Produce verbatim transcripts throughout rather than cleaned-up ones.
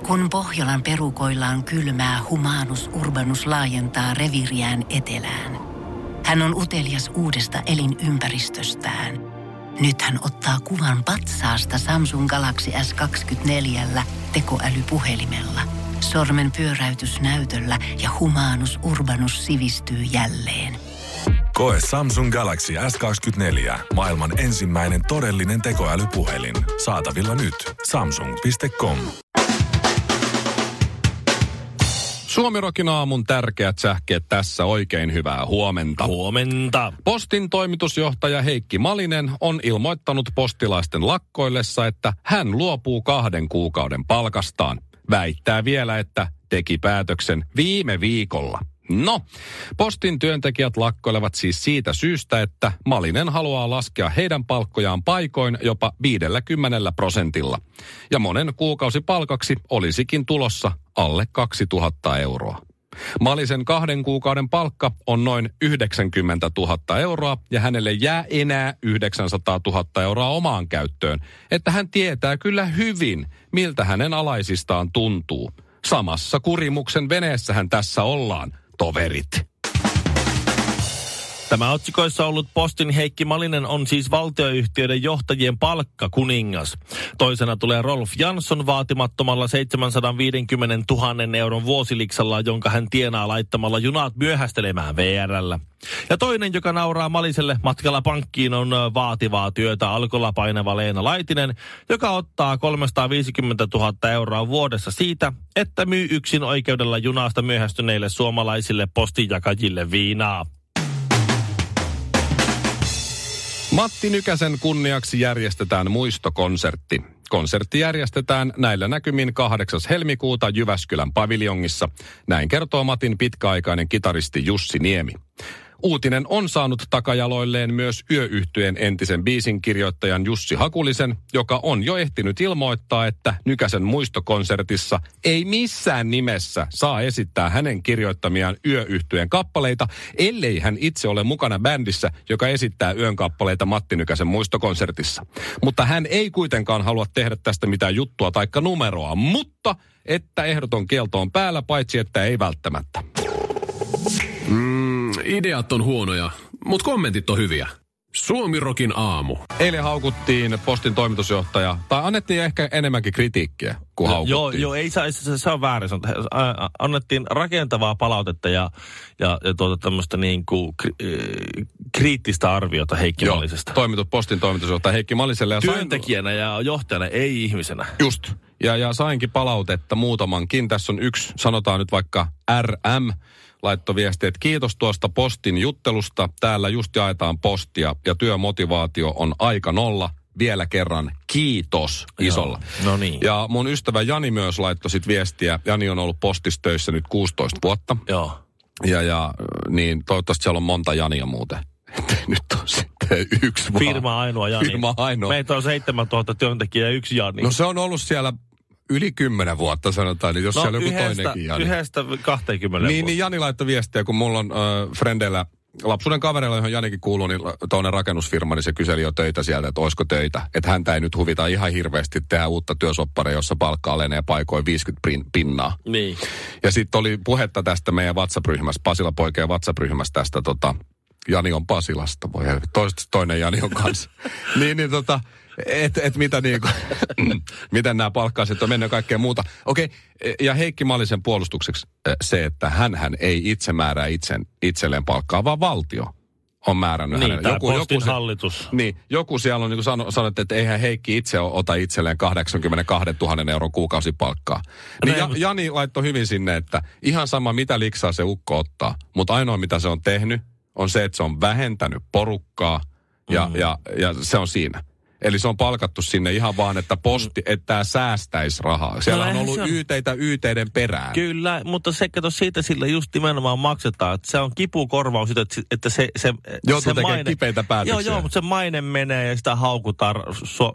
Kun Pohjolan perukoillaan kylmää, Humanus Urbanus laajentaa reviiriään etelään. Hän on utelias uudesta elinympäristöstään. Nyt hän ottaa kuvan patsaasta Samsung Galaxy S kaksikymmentäneljä tekoälypuhelimella. Sormen pyöräytys näytöllä ja Humanus Urbanus sivistyy jälleen. Koe Samsung Galaxy S kaksikymmentäneljä. Maailman ensimmäinen todellinen tekoälypuhelin. Saatavilla nyt. samsung piste com. Suomirokin aamun tärkeät sähkeet tässä, oikein hyvää huomenta. Huomenta. Postin toimitusjohtaja Heikki Malinen on ilmoittanut postilaisten lakkoillessa, että hän luopuu kahden kuukauden palkastaan. Väittää vielä, että teki päätöksen viime viikolla. No, postin työntekijät lakkoilevat siis siitä syystä, että Malinen haluaa laskea heidän palkkojaan paikoin jopa viidelläkymmenellä prosentilla. Ja monen kuukausipalkaksi olisikin tulossa alle kaksituhatta euroa. Malisen kahden kuukauden palkka on noin yhdeksänkymmentätuhatta euroa ja hänelle jää enää yhdeksänsataatuhatta euroa omaan käyttöön, että hän tietää kyllä hyvin, miltä hänen alaisistaan tuntuu. Samassa kurimuksen veneessähän tässä ollaan, toverit. Tämä otsikoissa ollut Postin Heikki Malinen on siis valtioyhtiöiden johtajien palkkakuningas. Toisena tulee Rolf Jansson vaatimattomalla seitsemänsataaviisikymmentätuhatta euron vuosiliksalla, jonka hän tienaa laittamalla junat myöhästelemään V R:llä. Ja toinen, joka nauraa Maliselle matkalla pankkiin, on vaativaa työtä alkolla painava Leena Laitinen, joka ottaa kolmesataaviisikymmentätuhatta euroa vuodessa siitä, että myy yksin oikeudella junasta myöhästyneille suomalaisille postinjakajille viinaa. Matti Nykäsen kunniaksi järjestetään muistokonsertti. Konsertti järjestetään näillä näkymin kahdeksas helmikuuta Jyväskylän paviljongissa. Näin kertoo Matin pitkäaikainen kitaristi Jussi Niemi. Uutinen on saanut takajaloilleen myös Yöyhtyeen entisen biisinkirjoittajan Jussi Hakulisen, joka on jo ehtinyt ilmoittaa, että Nykäsen muistokonsertissa ei missään nimessä saa esittää hänen kirjoittamiaan Yöyhtyeen kappaleita, ellei hän itse ole mukana bändissä, joka esittää yön kappaleita Matti Nykäsen muistokonsertissa. Mutta hän ei kuitenkaan halua tehdä tästä mitään juttua taikka numeroa, mutta että ehdoton kielto on päällä, paitsi että ei välttämättä. Mm, ideat on huonoja, mutta kommentit on hyviä. Suomirokin aamu. Eilen haukuttiin Postin toimitusjohtaja, tai annettiin ehkä enemmänkin kritiikkiä kuin haukuttiin. Joo, joo ei se, se, se on väärin. Annettiin rakentavaa palautetta ja, ja, ja tuota tämmöistä niin kuin kri, kriittistä arviota Heikki joo, Mallisesta. Toimitus, Postin toimitusjohtaja Heikki Malliselle. Ja työntekijänä sain... ja johtajana, ei ihmisenä. Just. Ja, ja sainkin palautetta muutamankin. Tässä on yksi, sanotaan nyt vaikka R M, laittoi viesti, että kiitos tuosta Postin juttelusta. Täällä just jaetaan postia ja työmotivaatio on aika nolla. Vielä kerran kiitos isolla. Joo, no niin. Ja mun ystävä Jani myös laittoi sit viestiä. Jani on ollut postistöissä nyt kuusitoista vuotta. Joo. Ja, ja niin toivottavasti siellä on monta Jania muuten. Nyt on sitten yksi vaan. Firma ainoa Jani. Firma ainoa. Meitä on seitsemäntuhatta työntekijää ja yksi Jani. No se on ollut siellä yli kymmenen vuotta sanotaan, niin jos no, siellä on joku yhdestä, toinenkin Jani. Yhdestä kaksikymmentä niin, niin Jani laittoi viestiä, kun mulla on äh, frendeillä, lapsuuden kavereilla, johon Janikin kuuluu, niin toinen rakennusfirma, niin se kyseli jo töitä sieltä, että olisiko töitä. Että häntä ei nyt huvita ihan hirveästi tehdä uutta työsopparia, jossa palkka alenee paikoin viisikymmentä pinnaa. Niin. Ja sitten oli puhetta tästä meidän WhatsApp-ryhmässä, Pasila poikien WhatsApp-ryhmässä tästä tota, Jani on Pasilasta, voi helvetti. Toisesti toinen Jani on kanssa. niin, niin tota, että et mitä niinku, miten nämä palkkaiset on mennyt ja kaikkea muuta. Okei, okay. Ja Heikki Malisen puolustukseksi se, että hänhän ei itse määrää itsen, itselleen palkkaa, vaan valtio on määrännyt niin, hänelle. Joku, joku se, hallitus. Niin, joku siellä on niin kuin sano, sanottu, että eihän Heikki itse ota itselleen kahdeksankymmentäkaksituhatta euron kuukausipalkkaa. Niin ja, Jani laittoi hyvin sinne, että ihan sama mitä liksaa se ukko ottaa, mutta ainoa mitä se on tehnyt on se, että se on vähentänyt porukkaa ja, mm. ja, ja se on siinä. Eli se on palkattu sinne ihan vaan, että posti, että tämä säästäisi rahaa. Siellä no, on ollut on... yteitä yteiden perään. Kyllä, mutta se, kato siitä sillä just nimenomaan maksetaan. Että se on kipukorvaus, että se... se Joutuu se tekemään maine... kipeitä päätöksiä. Joo, joo, mutta se maine menee ja sitä haukutaan so,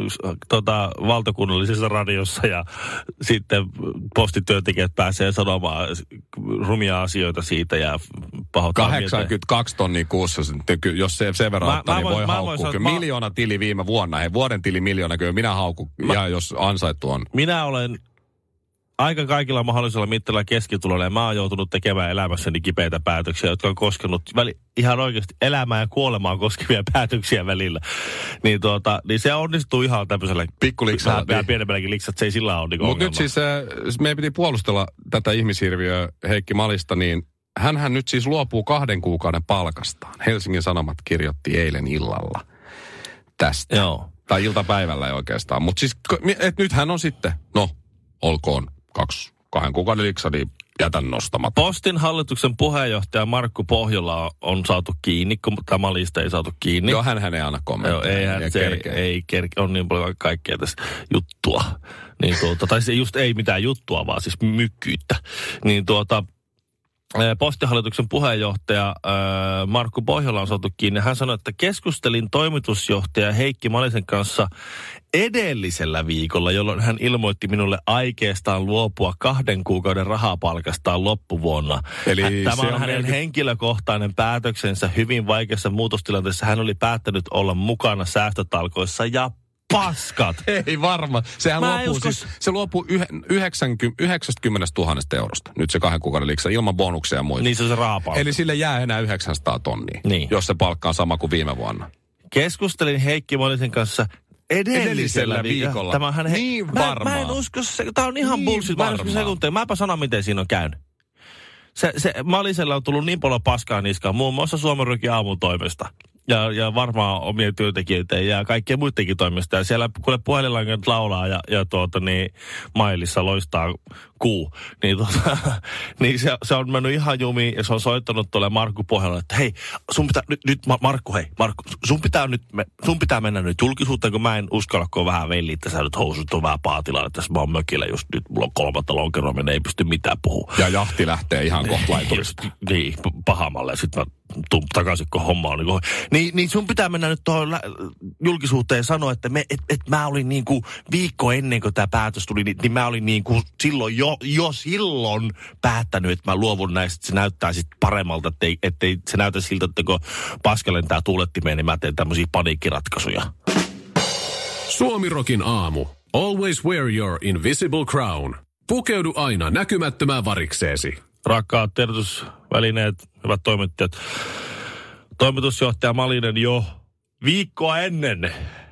tota, valtakunnallisessa radiossa ja sitten postityöntekijät pääsee sanomaan rumia asioita siitä ja pahoittaa kahdeksankymmentäkaksi tonnia kuussa, jos se sen verran mä, ottaa, mä niin voi haukkua. Kyllä miljoona tili viime vuonna. Hei, vuoden tili miljoona, kyllä minä haukun, ja jos ansaittu on. Minä olen aika kaikilla mahdollisilla mittarilla keskituloilla. Ja mä oon joutunut tekemään elämässäni kipeitä päätöksiä, jotka on koskenut väli, ihan oikeasti elämää ja kuolemaa koskevia päätöksiä välillä. Niin, tuota, niin se onnistuu ihan tämmöisellä pikkuliksalla. Vähän pienemmälläkin liksat, se ei sillä ole niin Mutta nyt siis äh, meidän piti puolustella tätä ihmishirviöä Heikki Malista, niin hänhän nyt siis luopuu kahden kuukauden palkastaan. Helsingin Sanomat kirjoitti eilen illalla tästä. Joo. Tai iltapäivällä ei oikeastaan. Mutta siis, et nyt hän on sitten, no, olkoon kaksi, kahden kuukauden liksa, niin jätän nostamatta. Postin hallituksen puheenjohtaja Markku Pohjola on saatu kiinni, kun tämä lista ei saatu kiinni. Joo, hänhän ei anna kommentteja. Joo, eihän se ei, ei kerke, on niin paljon kaikkea tässä juttua. Niin tuota, tai se just ei mitään juttua, vaan siis mykkyyttä. Niin tuota, Postihallituksen puheenjohtaja äh, Markku Pohjola on saatu kiinni. Hän sanoi, että keskustelin toimitusjohtaja Heikki Malisen kanssa edellisellä viikolla, jolloin hän ilmoitti minulle aikeestaan luopua kahden kuukauden rahapalkastaan loppuvuonna. Eli hän, tämä on, on hänen neljäkymmentä... henkilökohtainen päätöksensä hyvin vaikeassa muutostilanteessa. Hän oli päättänyt olla mukana säästötalkoissa ja paskat. Ei varma. Sehän Mä luopuu usko... siis, se luopuu yhdeksänkymmentätuhatta eurosta. Nyt se kahden kuukauden liksa ilman bonuksia ja muita. Niin se on se rahapalkka. Eli sille jää enää yhdeksänsataa tonnia, niin. Jos se palkka on sama kuin viime vuonna. Keskustelin Heikki Malisen kanssa edellisellä, edellisellä viikolla. Tämä hän he... Niin mä, varmaa. mä en usko, se, tämä on ihan niin bullshit. Mä en usko sekuntia. Mäpä sanon, miten siinä on käynyt. Se, se Malisella on tullut niin paljon paskaa niskaan, muun muassa Suomen Rokin aamun toimesta. Ja, ja varmaan omien työntekijöitä ja kaikkien muidenkin toimesta. Ja siellä kuule puhelinlangat laulaa ja, ja tuota niin mailissa loistaa kuu. Niin, tuota, niin se, se on mennyt ihan jumiin ja se on soittanut tuolle Markku Pohjalle, että hei, sun pitää nyt, nyt Markku, hei, Markku, sun pitää nyt, sun pitää mennä nyt julkisuuteen, kun mä en uskalla, kun on vähän velli, että sä nyt housut on vähän paatilla, että mä oon mökillä just nyt, mulla on kolmatta lonkeroa, minä ei pysty mitään puhua. Ja jahti lähtee ihan kohta laiturista. Niin, pahamalle ja sitten mä tuun takaisin, kun homma on niin, niin, niin sun pitää mennä nyt tuohon lä- julkisuuteen ja sanoa, että me, et, et mä olin niin kuin viikko ennen kuin tämä päätös tuli, niin, niin mä olin niin kuin silloin jo, jo silloin päättänyt, että mä luovun näistä, että se näyttää sitten paremmalta, ettei, ettei se näytä siltä, että kun paska lentää tuulettimeen, niin mä teen tämmöisiä paniikkiratkaisuja. Suomirokin aamu. Always wear your invisible crown. Pukeudu aina näkymättömään varikseesi. Rakkaat tiedotusvälineet, hyvät toimittajat. Toimitusjohtaja Malinen jo viikkoa ennen,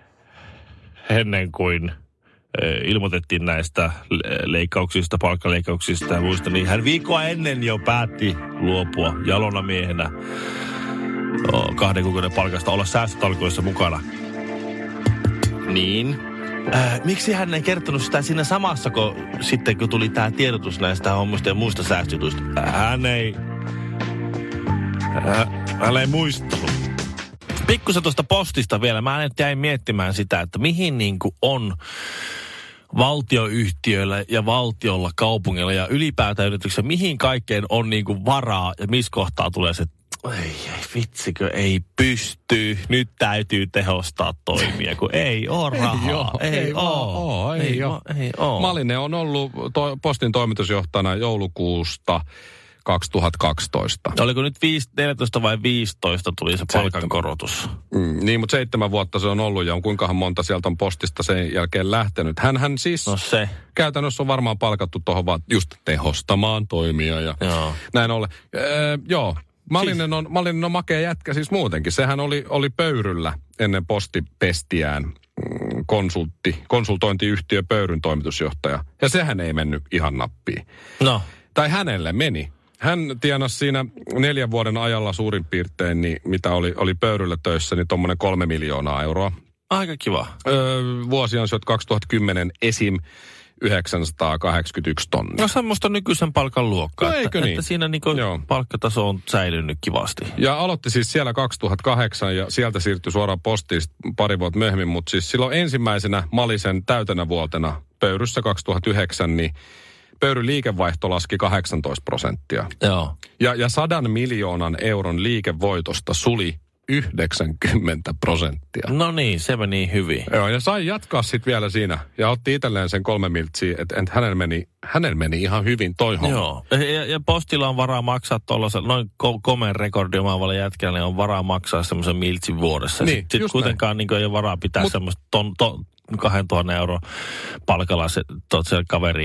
ennen kuin ilmoitettiin näistä leikkauksista, palkkaleikkauksista ja muista, niin hän viikkoa ennen jo päätti luopua jalona miehenä kahden kuukauden palkasta, olla säästötalkoissa mukana. Niin. Äh, miksi hän ei kertonut sitä siinä samassa, kun sitten kun tuli tämä tiedotus näistä hommista ja muista säästötuista? Hän ei... Äh, hän ei muistanut. Pikkusen tuosta postista vielä. Mä nyt jäin miettimään sitä, että mihin niin kuin on valtioyhtiöillä ja valtiolla, kaupungilla ja ylipäätään yrityksessä, mihin kaikkeen on niin kuin varaa ja missä kohtaa tulee se, ei, ei vitsikö, ei pysty, nyt täytyy tehostaa toimia, kun ei ole rahaa. Ei, oo, ei, ei oo, oo, ei, ei, oo. ei oo. Malinen on ollut to, Postin toimitusjohtajana joulukuusta kaksituhattakaksitoista. Oliko nyt viisi, neljätoista vai viisitoista tuli se palkankorotus? Mm, niin, mutta seitsemän vuotta se on ollut ja on kuinkahan monta sieltä on Postista sen jälkeen lähtenyt. Hänhän siis no se. Käytännössä on varmaan palkattu tuohon vaan just tehostamaan toimia ja joo. Näin ollen. Öö, joo, Malinen on, Malinen on makea jätkä siis muutenkin. Sehän oli, oli pöyryllä ennen postipestiään konsultti, konsultointiyhtiö Pöyryn toimitusjohtaja. Ja sehän ei mennyt ihan nappiin. No. Tai hänelle meni. Hän tienasi siinä neljän vuoden ajalla suurin piirtein, niin mitä oli, oli Pöyryllä töissä, niin tuommoinen kolme miljoonaa euroa. Aika kiva. Öö, vuosiansiot kaksituhattakymmenen esim. yhdeksänsataakahdeksankymmentäyksi tonnia. No semmoista nykyisen palkan luokkaa. No, että, niin? että siinä niinku palkkataso on säilynyt kivasti. Ja aloitti siis siellä kaksituhattakahdeksan ja sieltä siirtyi suoraan postiin pari vuotta myöhemmin. Mutta siis silloin ensimmäisenä Malisen täytänä vuotena Pöyryssä kaksituhattayhdeksän, niin Pöyryn liikevaihto laski kahdeksantoista prosenttia. Joo. Ja, ja sadan miljoonan euron liikevoitosta suli yhdeksänkymmentä prosenttia. No niin, se meni hyvin. Joo, ja sai jatkaa sitten vielä siinä. Ja otti itselleen sen kolme miltsiä, että et hänellä, meni, hänellä meni ihan hyvin toi homma. Joo, ja, ja Postilla on varaa maksaa tuollaisen, noin ko- komeen rekordi omaavalle jätkälle, on varaa maksaa semmoisen miltsin vuodessa. Niin, sitten sit kuitenkaan niin ei ole varaa pitää Mut, semmoista ton, ton, kahdentuhannen euron palkalla se, tot, se kaveri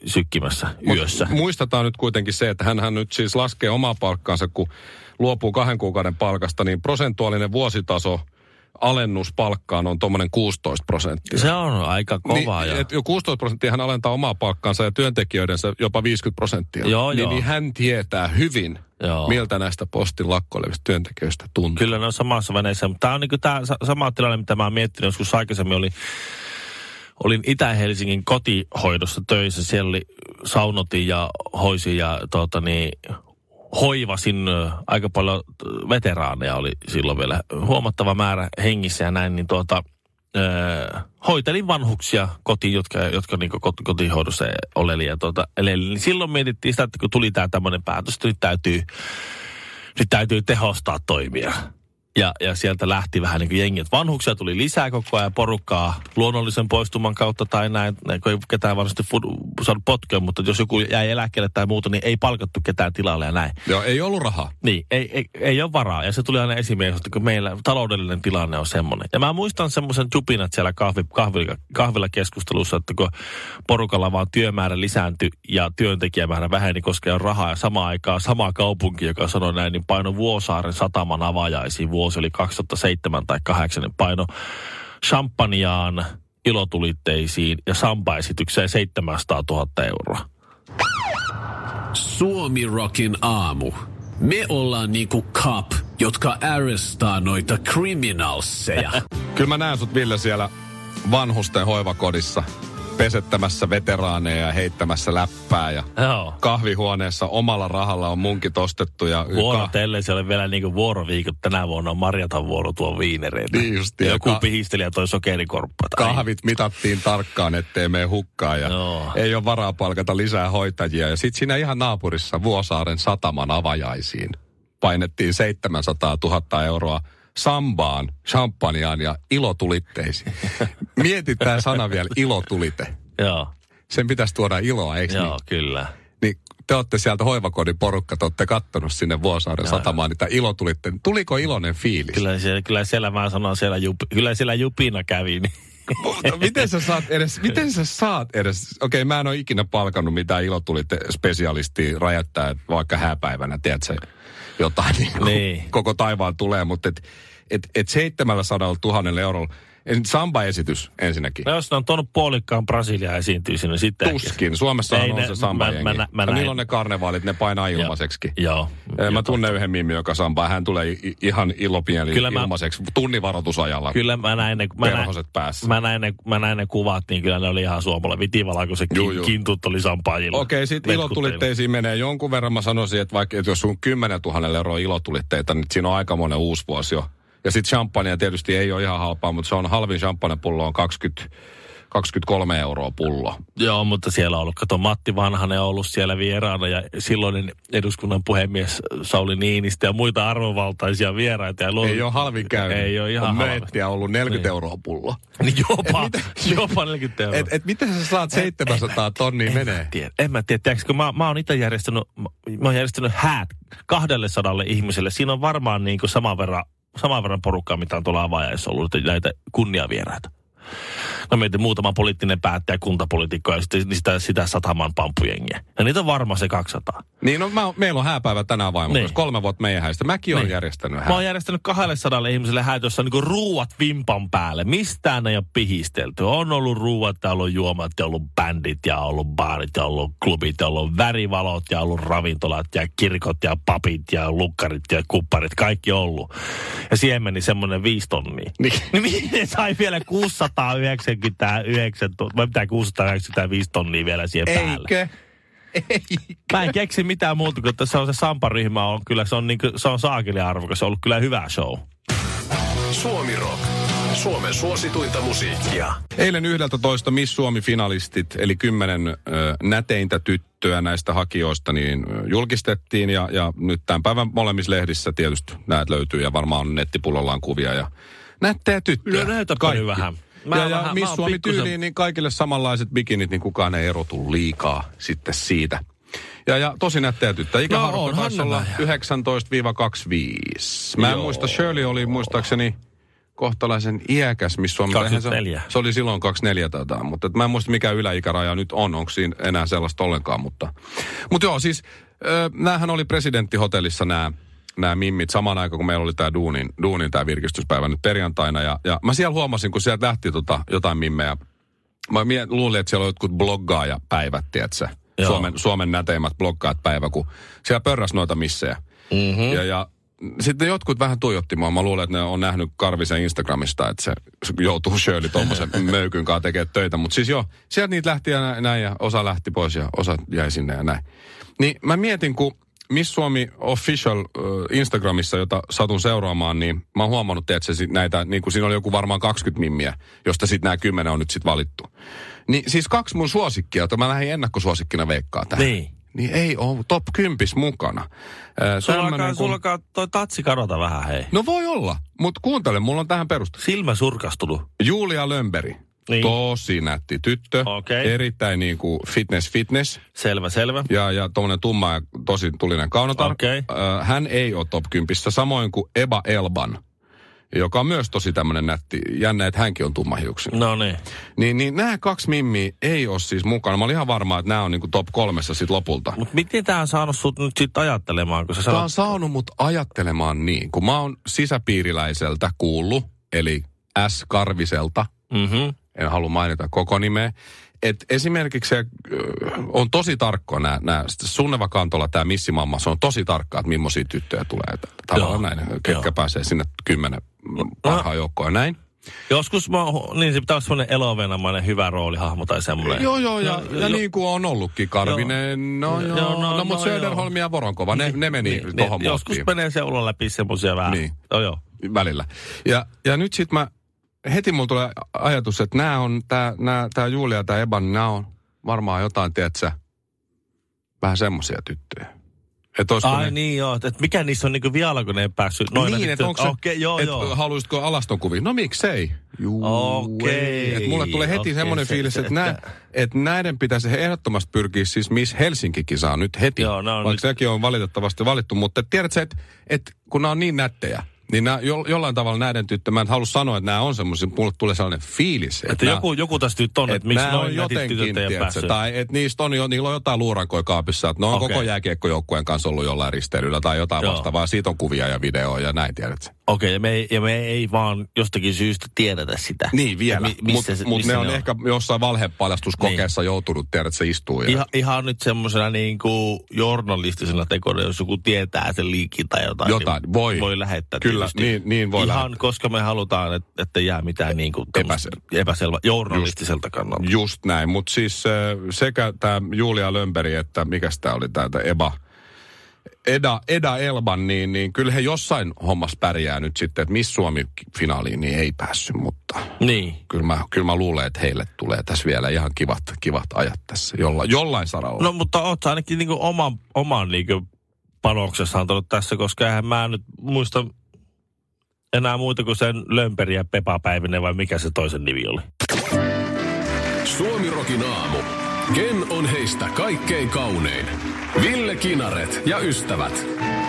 sykkimässä yössä. Mut muistetaan nyt kuitenkin se, että hänhän nyt siis laskee omaa palkkaansa, kun luopuu kahden kuukauden palkasta, niin prosentuaalinen vuositaso alennus palkkaan on tuommoinen kuusitoista prosenttia. Se on aika kova. Niin, ja... et jo kuusitoista prosenttia hän alentaa omaa palkkaansa ja työntekijöidensä jopa viisikymmentä prosenttia. Joo, niin, joo. niin hän tietää hyvin, joo. miltä näistä postin lakkoilevista työntekijöistä tuntuu. Kyllä ne on samassa veneessä, mutta tämä on niinku tämä sama tilanne, mitä mä oon miettinyt. Joskus aikaisemmin oli, olin Itä-Helsingin kotihoidossa töissä. Siellä oli saunotin ja hoisin ja tuota niin... hoivasin aika paljon veteraaneja, oli silloin vielä huomattava määrä hengissä ja näin, niin tuota, äh, hoitelin vanhuksia kotiin, jotka, jotka niin kotihoidossa oleli ja tuota, eleli. Niin silloin mietittiin sitä, että kun tuli tämä tämmöinen päätös, että nyt täytyy, nyt täytyy tehostaa toimia. Ja, ja sieltä lähti vähän niin kuin jengi, että vanhuksia tuli lisää koko ajan porukkaa luonnollisen poistuman kautta tai näin, kun ei ketään varmasti saanut potkea, mutta jos joku jäi eläkkeelle tai muuta, niin ei palkattu ketään tilalle ja näin. Joo, ei ollut rahaa. Niin, ei, ei, ei ole varaa. Ja se tuli aina esimielisesti, kun meillä taloudellinen tilanne on semmoinen. Ja mä muistan semmoisen jupinat siellä kahvi, kahvilla, kahvilla keskustelussa, että kun porukalla vaan työmäärä lisääntyi ja työntekijämäärä väheni, koska ei ole rahaa ja samaan aikaan sama kaupunki, joka sanoi näin, niin paino Vuosaaren sataman avajaisiin vuosi oli kaksituhattaseitsemän tai kahdeksan, niin paino champagnejaan, ilotulitteisiin ja sampaesitykseen seitsemänsataatuhatta euroa. Suomi Rockin aamu. Me ollaan niinku cop, jotka arrestaa noita criminalseja. Kyllä mä näen sut, Ville, siellä vanhusten hoivakodissa pesettämässä veteraaneja ja heittämässä läppää ja Joo. kahvihuoneessa omalla rahalla on munkit ostettu. Ja vuorotellen se oli vielä niinku vuoroviikot. Tänä vuonna on Marjatan vuoro tuon viinereitä. Niin just, ja joku ka- pihistelijä toi sokerikorppa. Kahvit mitattiin tarkkaan, ettei mene hukkaan ja Joo. ei ole varaa palkata lisää hoitajia. Ja sitten siinä ihan naapurissa Vuosaaren sataman avajaisiin painettiin seitsemänsataatuhatta euroa sambaan, champagnaan ja ilotulitteisiin. Mietitään sana vielä, ilotulite. Joo. Sen pitäisi tuoda iloa, eikö Joo, niin? kyllä. Niin te olette sieltä hoivakodin porukka, te olette kattonut sinne Vuosaaren satamaan niitä ilotulitteita. Tuliko iloinen fiilis? Kyllä siellä, kyllä siellä mä sanon, siellä jupi, kyllä siellä jupina kävi. Niin. Mutta miten sä saat edes, miten sä saat edes, okei okay, mä en ole ikinä palkannut mitään ilotulite-spesialistia räjättää vaikka hääpäivänä, tiedätkö, jotain niin, niin. koko taivaan tulee, mutta et, et, et seitsemänsataa eurolla, samba-esitys ensinnäkin. No jos ne on tuonut puolikkaan Brasilia esiintyy sinne sitten. Tuskin. Suomessa on ne, se samba-jengi. Mä, mä, mä, mä niillä on ne karnevaalit, ne painaa ilmaiseksi. Joo. Mä jo tunnen yhden mimmi, joka sambaa. Hän tulee i- ihan ilopieli ilmaiseksi. Tunnivaroitusajalla. Kyllä mä näin ne, mä näin, päässä. Mä näin, ne, mä näin ne kuvat, niin kyllä ne oli ihan suomalainen vitivala, kun se kin, kintut oli sampaajilla. Okei, okay, sit ilotulitteisiin menee jonkun verran. Mä sanoisin, että vaikka että jos sun kymmenen tuhatta euroa ilotulitteita, niin siinä on aikamoinen uusi vuosi jo. Ja sitten champagnea tietysti ei ole ihan halpaa, mutta se on halvin champagnepullo on kaksikymmentä, kaksikymmentäkolme euroa pullo. Joo, mutta siellä on ollut, kato Matti Vanhanen on ollut siellä vieraana ja silloinen eduskunnan puhemies Sauli Niinistö ja muita arvovaltaisia vieraita. Ja luo... Ei ole halvin käynyt. Eikä ole ihan on halvin. möettiä ollut neljäkymmentä niin. euroa pullo. Niin jopa, et mitä, jopa neljäkymmentä euroa. Et, et miten sä saat seitsemänsataa tonnia menee? En tiedä, en mä tiedä. Tiedätkö, kun mä, mä oon itse järjestänyt, mä oon järjestänyt häät kahdellesadalle ihmiselle. Siinä on varmaan niin kuin saman verran saman verran porukkaa, mitä on tuolla avajaissa ollut, näitä kunniavieraita. No mietin muutama poliittinen päättäjä, kuntapoliitikko ja sitten sitä, sitä sataman pamppujengiä. Ja niitä on varmaan se kaksisataa. Niin, no mä, meillä on hääpäivä tänään vaimon niin. kolme vuotta meidän häistä. Mäkin niin. oon järjestänyt hää. Mä oon järjestänyt kahdellesadalle ihmiselle häät, jossa on niinku ruuat vimpan päälle. Mistään ei ole pihistelty. On ollut ruuat ja ollut juomat ja ollut bändit ja ollut baarit ja ollut klubit ja ollut värivalot ja ollut ravintolat ja kirkot ja papit ja lukkarit ja kupparit. Kaikki on ollut. Ja siihen meni semmoinen viisi tonnia. Niin. Niin mihin sai vielä kuusisataayhdeksänkymmentäyhdeksän, vai pitää kuusisataayhdeksänkymmentäviisi tonnia vielä siihen päälle? Eikö? Eikä. Mä en keksi mitään muuta, kun tässä on se Sampa-ryhmä on kyllä, se on, niin kuin, se on saakeli arvokas, se on ollut kyllä hyvä show. Suomi Rock. Suomen suosituinta musiikkia. Eilen yhdeltätoista Miss Suomi-finalistit, eli kymmenen ö, näteintä tyttöä näistä hakijoista, niin ö, julkistettiin. Ja, ja nyt tämän päivän molemmissa lehdissä tietysti näet löytyy ja varmaan nettipullollaan kuvia ja nättejä tyttöjä. No näytäpä nyt vähän. Mä ja, ja Miss Suomi pikkusen... tyyliin, niin kaikille samanlaiset bikinit, niin kukaan ei erotu liikaa sitten siitä. Ja, ja tosi nättejä tyttöjä. Ikäharukka no, taisi olla yhdeksäntoista kaksikymmentäviisi. Mä en Joo. muista, Shirley oli muistaakseni kohtalaisen iäkäs, missä Suomi... kaksikymmentäneljä. Se, se oli silloin kaksikymmentäneljä tätä, mutta mä en muista mikä yläikäraja nyt on, onko siinä enää sellaista ollenkaan, mutta... Mutta joo, siis äh, näähän oli presidenttihotellissa nämä nämä mimmit samaan aikaan, kun meillä oli tämä duunin, duunin tämä virkistyspäivä nyt perjantaina. Ja, ja mä siellä huomasin, kun sieltä lähti tota jotain mimmejä. Mä mie- luulin, että siellä on jotkut bloggaajapäivät, tiedätkö? Suomen, Suomen näteimmät bloggaat päivä, kun siellä pörräs noita missejä. Mm-hmm. Ja, ja sitten jotkut vähän tuijotti mua. Mä luulen, että ne on nähnyt Karvisen Instagramista, että se joutuu Shirley tommosen möykyn kanssa tekemään töitä. Mutta siis joo, sieltä niitä lähti ja näin ja osa lähti pois ja osa jäi sinne ja näin. Niin mä mietin, kun Miss Suomi Official äh, Instagramissa, jota satun seuraamaan, niin mä oon huomannut, että se näitä, niin kuin siinä oli joku varmaan kaksikymmentä mimmiä, josta sitten nämä kymmenen on nyt sitten valittu. Niin siis kaksi mun suosikkia, jota mä lähdin ennakkosuosikkina veikkaa tähän. Niin. Niin ei ole top kympis mukana. Äh, sulla alkaa niin kun... toi tatsi kadota vähän, hei. No voi olla, mutta kuuntele, mulla on tähän perusta. Silmä surkastunut. Julia Lömberi. Niin. Tosi nätti tyttö. Okay. Erittäin niin kuin fitness fitness. Selvä, selvä. Ja, ja tommonen tumma ja tosi tulinen kaunotar. Okay. Äh, hän ei ole top kympissä, samoin kuin Eba Elban, joka on myös tosi tämmönen nätti. Jännä, että hänkin on tummahiuksinen. No niin. Niin, niin nämä kaksi mimmiä ei ole siis mukana. Mä olin ihan varma, että nämä on niinku top kolmessa sit lopulta. Mutta miten tää on saanut sut nyt sit ajattelemaan? Kun sä tää sanot... on saanut mut ajattelemaan niin, kun mä oon sisäpiiriläiseltä kuullut, eli S. Karviselta. Mhm. En halua mainita koko nimeä. Et esimerkiksi se on tosi tarkkoa nämä, nämä Sunneva Kantola, tämä Missimamma, se on tosi tarkkaa, että millaisia tyttöjä tulee. Tavallaan näin, ketkä pääsee sinne kymmenen parhaan joukkoon ja näin. Joskus mä, niin se pitää olla semmoinen elovenamainen hyvä roolihahmo tai semmoinen. Joo, joo, ja, ja, ja jo, niin kuin on ollutkin Karvinen, joo, no joo, joo no, no, no mutta no, Söderholm ja Voronkova, ne, ne meni niin, tohon niin, joskus menee seulan läpi semmoisia vähän. Niin, no, joo. välillä. Ja, ja nyt sit mä... Heti mulla tulee ajatus, että nämä on, tää, nää, tää Julia ja tää Eban, nämä on varmaan jotain, tiedätkö, vähän semmoisia tyttöjä. Et Ai ne... niin joo, että mikä niissä on niinku vialla, kun ne ei päässyt. Noina niin, että onko se, okay, joo, et joo. haluaisitko alastonkuvia? No miksei? Okei. Okay. Mulle tulee heti okay, semmoinen se, fiilis, että, nää, että... että näiden pitäisi ehdottomasti pyrkiä, siis Miss Helsinkikin saa nyt heti. Joo, no, vaikka nyt... sekin on valitettavasti valittu, mutta tiedätkö, että, että kun nämä on niin nättejä, niin nämä, jo, jollain tavalla näiden tyttö, mä en halua sanoa, että nämä on semmoisia, mulle tulee sellainen fiilis. Että, että joku, joku tästä nyt on, että, että miksi noin nätit tytöt ei päässyt. Tai että niistä on, jo, niillä on jotain luurankoja kaapissa, että ne on okay. Koko jääkiekkojoukkueen kanssa ollut jollain risteilyllä tai jotain Joo. vastaavaa. Siitä on kuvia ja videoa ja näin, tiedätkö? Okei, okay, ja, me ja me ei vaan jostakin syystä tiedetä sitä. Niin, vielä. Mi- Mutta mut ne, ne on, on ehkä jossain valhepaljastuskokeessa niin. joutunut, tiedät, että se istuu. Ja... Ihan, ihan nyt semmoisena niin kuin journalistisena tekona, jos joku tietää sen liikin tai jotain. Jotain, niin voi. Voi lähettää. Kyllä, niin, niin voi ihan, lähettää. koska me halutaan, että, että jää mitään niin kuin epäselvä. epäselvä journalistiselta kannalta. Just näin, mutta siis sekä tämä Julia Lömberi, että mikäs tämä oli tämä Eba, Eda, Eda Elban, niin, niin kyllä he jossain hommassa pärjää nyt sitten, että Miss Suomi-finaaliin niin ei päässyt, mutta niin. kyllä, mä, kyllä mä luulen, että heille tulee tässä vielä ihan kivat, kivat ajat tässä jolla, jollain saralla. No mutta oot sä ainakin niin kuin oman, oman niin kuin panoksessa antanut tässä, koska eihän mä nyt muista enää muuta kuin sen Lömperi ja Pepa Päivinen vai mikä se toisen nimi oli. Suomi Rokin aamu. Ken on heistä kaikkein kaunein? Ville Kinaret ja ystävät.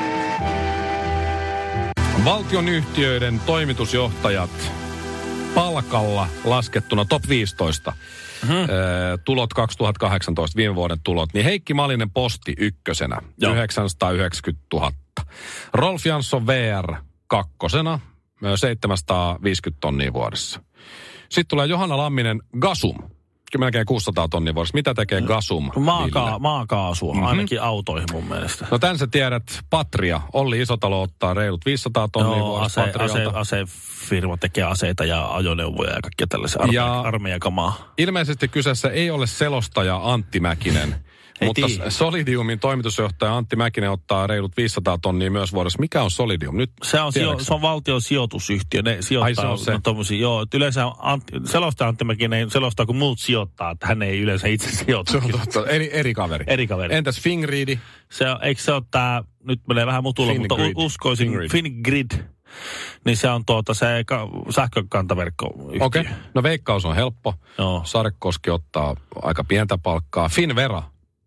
Valtionyhtiöiden toimitusjohtajat palkalla laskettuna top viisitoista. Mm-hmm. Ee, tulot kaksituhattakahdeksantoista, viime vuoden tulot. Niin Heikki Malinen Posti ykkösenä, Joo. yhdeksänsataayhdeksänkymmentätuhatta. Rolf Jansson V R kakkosena, seitsemänsataaviisikymmentä tonnia vuodessa. Sitten tulee Johanna Lamminen Gasum. Melkein kuusisataa tonnia vuodessa. Mitä tekee Gasum? Maaka- maakaasua, mm-hmm. ainakin autoihin mun mielestä. No tän sä tiedät, Patria. Olli Isotalo ottaa reilut viisisataa tonnia Joo, vuodessa ase, ase, asefirma tekee aseita ja ajoneuvoja ja kaikkea tällaisia arme- armeijakamaa. Ilmeisesti kyseessä ei ole selostaja Antti Mäkinen. Mutta tii. Solidiumin toimitusjohtaja Antti Mäkinen ottaa reilut viisisataa tonnia myös vuodessa. Mikä on Solidium? Nyt se on, sijo, se on valtion sijoitusyhtiö. Ne sijoittaa. Ai se on se. No, tommosia, joo, yleensä Antti, selostaja Antti Mäkinen selostaa, kun muut sijoittaa. Että hän ei yleensä itse sijoita. Se on totta. Eri, eri kaveri. Eri kaveri. Entäs Fingrid? Se on, eikö se ole tää, nyt menee vähän mutulla, Fingrid. Mutta uskoisin Fingrid. Fingrid. Niin se on tuota se ka- sähkökantaverkkoyhtiö. Okei. Okay. No Veikkaus on helppo. Joo. Sarkoski ottaa aika pientä palkkaa. Finvera.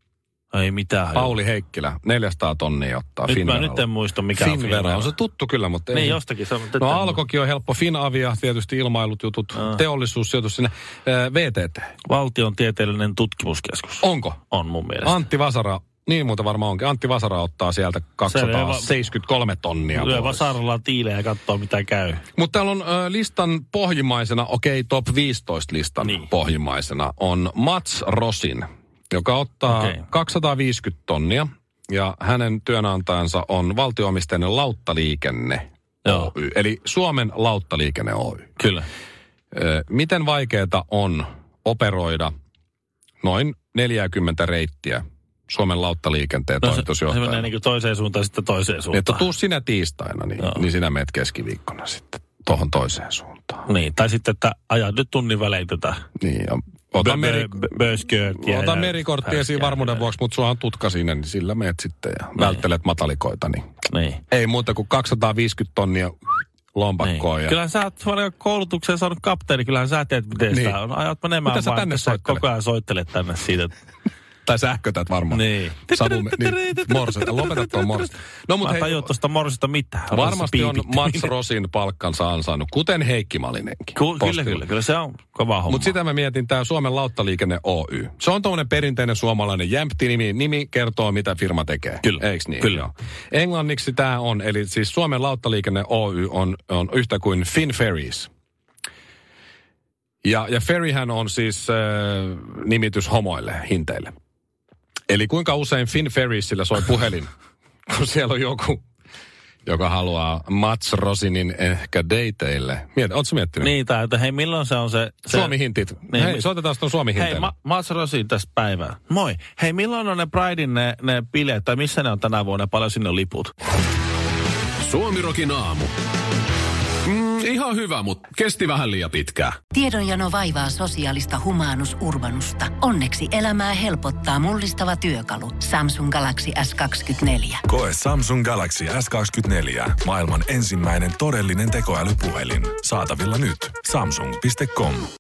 Ei mitään. Pauli Heikkilä, neljäsataa tonnia ottaa nyt Finnveralla. Mä nyt en muista, mikä Finnvera. on Finnvera. On se tuttu kyllä, mutta niin, ei. jostakin. Se on, no Alkokin on helppo. Finavia, tietysti ilmailut jutut, ah. teollisuussijoitus sinne. V T T. Valtion tieteellinen tutkimuskeskus. Onko? On mun mielestä. Antti Vasara, niin muuta varmaan onkin. Antti Vasara ottaa sieltä kaksisataaseitsemänkymmentäkolme tonnia. Lyö Vasaralla tiileä ja katsoo mitä käy. Mutta täällä on ö, listan pohjimmaisena, okei, okay, top viisitoista listan niin. pohjimmaisena on Mats Rosin, joka ottaa okay. kaksisataaviisikymmentä tonnia. Ja hänen työnantajansa on valtio-omisteinen Lauttaliikenne Joo. Oy. Eli Suomen Lauttaliikenne Oy. Kyllä. Ö, miten vaikeaa on operoida noin neljäkymmentä reittiä Suomen lauttaliikenteen no, toimitusjohtajana? Se menee niin kuin toiseen suuntaan sitten toiseen suuntaan. Että tuu sinä tiistaina, niin, niin sinä meet keskiviikkona sitten tuohon toiseen suuntaan. Niin, tai sitten, että ajat nyt tunnin välein tätä. Niin, ja ota, meri, ota merikortti esiin varmuuden vuoksi, mutta sulla on tutka siinä, niin sillä meet sitten ja niin. välttelet matalikoita. Niin. Niin. Ei muuta kuin kaksisataaviisikymmentä tonnia lompakkoon. Niin. Ja... Kyllähän sä oot koulutukseen saanut kapteeni, kyllähän sä teet miten niin. sitä on. Ajat menemään mitä sä vaan, tänne sä koko ajan soittelet tänne siitä. Tai sähkötät varmaan. Niin. Savu, niin morset. Lopeta tuon morset. No, mut hei, tajua tuosta morsesta mitään. Varmasti on Mats Rosin palkkansa ansainnut, kuten Heikki Malinenkin. Ku, kyllä, kyllä, kyllä. Se on kova homma. Mutta sitä mä mietin, tämä Suomen Lauttaliikenne Oy. Se on tommonen perinteinen suomalainen jämpti-nimi. Nimi kertoo, mitä firma tekee. Kyllä. Eiks niin? Kyllä. Joo. Englanniksi tämä on, eli siis Suomen Lauttaliikenne Oy on, on yhtä kuin FinFerries. Ja, ja ferryhän on siis äh, nimitys homoille, hinteille. Eli kuinka usein FinFerriesillä soi puhelin, kun siellä on joku, joka haluaa Mats Rosinin ehkä dateille. Miet, ootko miettinyt? Niin, tai että hei, milloin se on se... se... Suomi-hintit. Niin, hei, soitetaan tuon Suomi-hinteille. Hei, Ma- Mats Rosin tästä päivää. Moi. Hei, milloin on ne Pridein ne, ne bileet, tai missä ne on tänä vuonna, paljon sinne on liput? Suomirokin aamu. Mm, ihan hyvä, mutta kesti vähän liian pitkään. Tiedonjano vaivaa sosiaalista humanus urbanusta. Onneksi elämää helpottaa mullistava työkalu. Samsung Galaxy S kaksikymmentäneljä. Koe Samsung Galaxy S kaksikymmentäneljä. Maailman ensimmäinen todellinen tekoälypuhelin. Saatavilla nyt. Samsung piste com.